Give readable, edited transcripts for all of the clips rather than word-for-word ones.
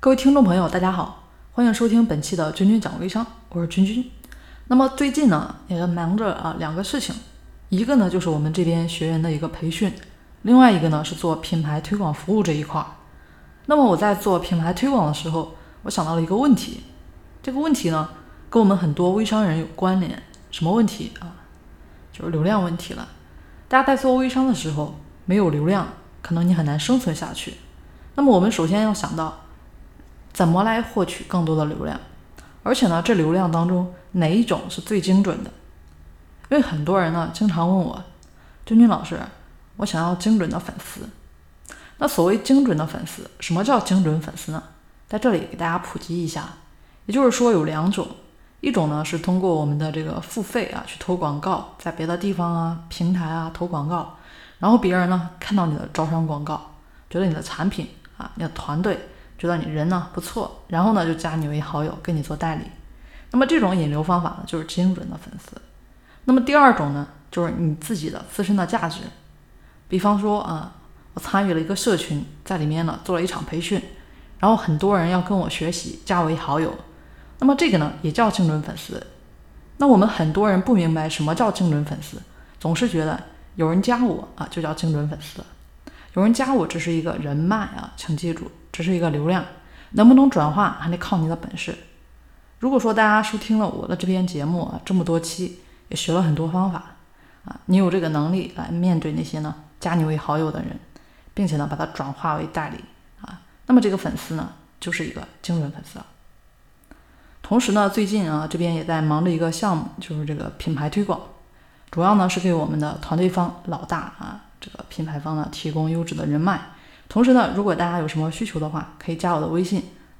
各位听众朋友，大家好，欢迎收听本期的君君讲微商，我是君君。那么最近呢，也忙着两个事情，一个呢就是我们这边学员的一个培训，另外一个呢是做品牌推广服务这一块。那么我在做品牌推广的时候，我想到了一个问题，这个问题呢跟我们很多微商人有关联。什么问题啊？就是流量问题了。大家在做微商的时候，没有流量，可能你很难生存下去。那么我们首先要想到怎么来获取更多的流量，而且呢，这流量当中哪一种是最精准的？因为很多人呢经常问我，君君老师，我想要精准的粉丝。那所谓精准的粉丝，什么叫精准粉丝呢？在这里给大家普及一下，也就是说有两种，一种呢是通过我们的这个付费去投广告，在别的地方平台投广告，然后别人呢看到你的招商广告，觉得你的产品你的团队觉得你人呢不错，然后呢就加你为好友，跟你做代理。那么这种引流方法呢就是精准的粉丝。那么第二种呢就是你自己的自身的价值，比方说我参与了一个社群，在里面呢做了一场培训，然后很多人要跟我学习，加为好友，那么这个呢也叫精准粉丝。那我们很多人不明白什么叫精准粉丝，总是觉得有人加我就叫精准粉丝，有人加我只是一个人脉请记住，这是一个流量，能不能转化还得靠你的本事。如果说大家收听了我的这篇节目这么多期，也学了很多方法你有这个能力来面对那些呢加你为好友的人，并且呢把它转化为代理那么这个粉丝呢就是一个精准粉丝同时呢，最近这边也在忙着一个项目，就是这个品牌推广，主要呢是给我们的团队方老大这个品牌方呢提供优质的人脉。同时呢，如果大家有什么需求的话，可以加我的微信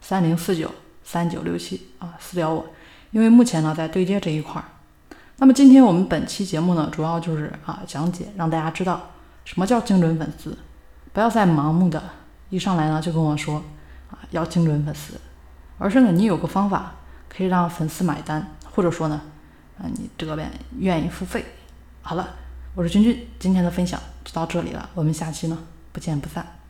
30493967私聊我，因为目前呢在对接这一块。那么今天我们本期节目呢，主要就是讲解，让大家知道什么叫精准粉丝，不要再盲目的一上来呢就跟我说要精准粉丝，而是呢你有个方法可以让粉丝买单，或者说呢你这边愿意付费。好了，我是君君，今天的分享就到这里了，我们下期呢不见不散。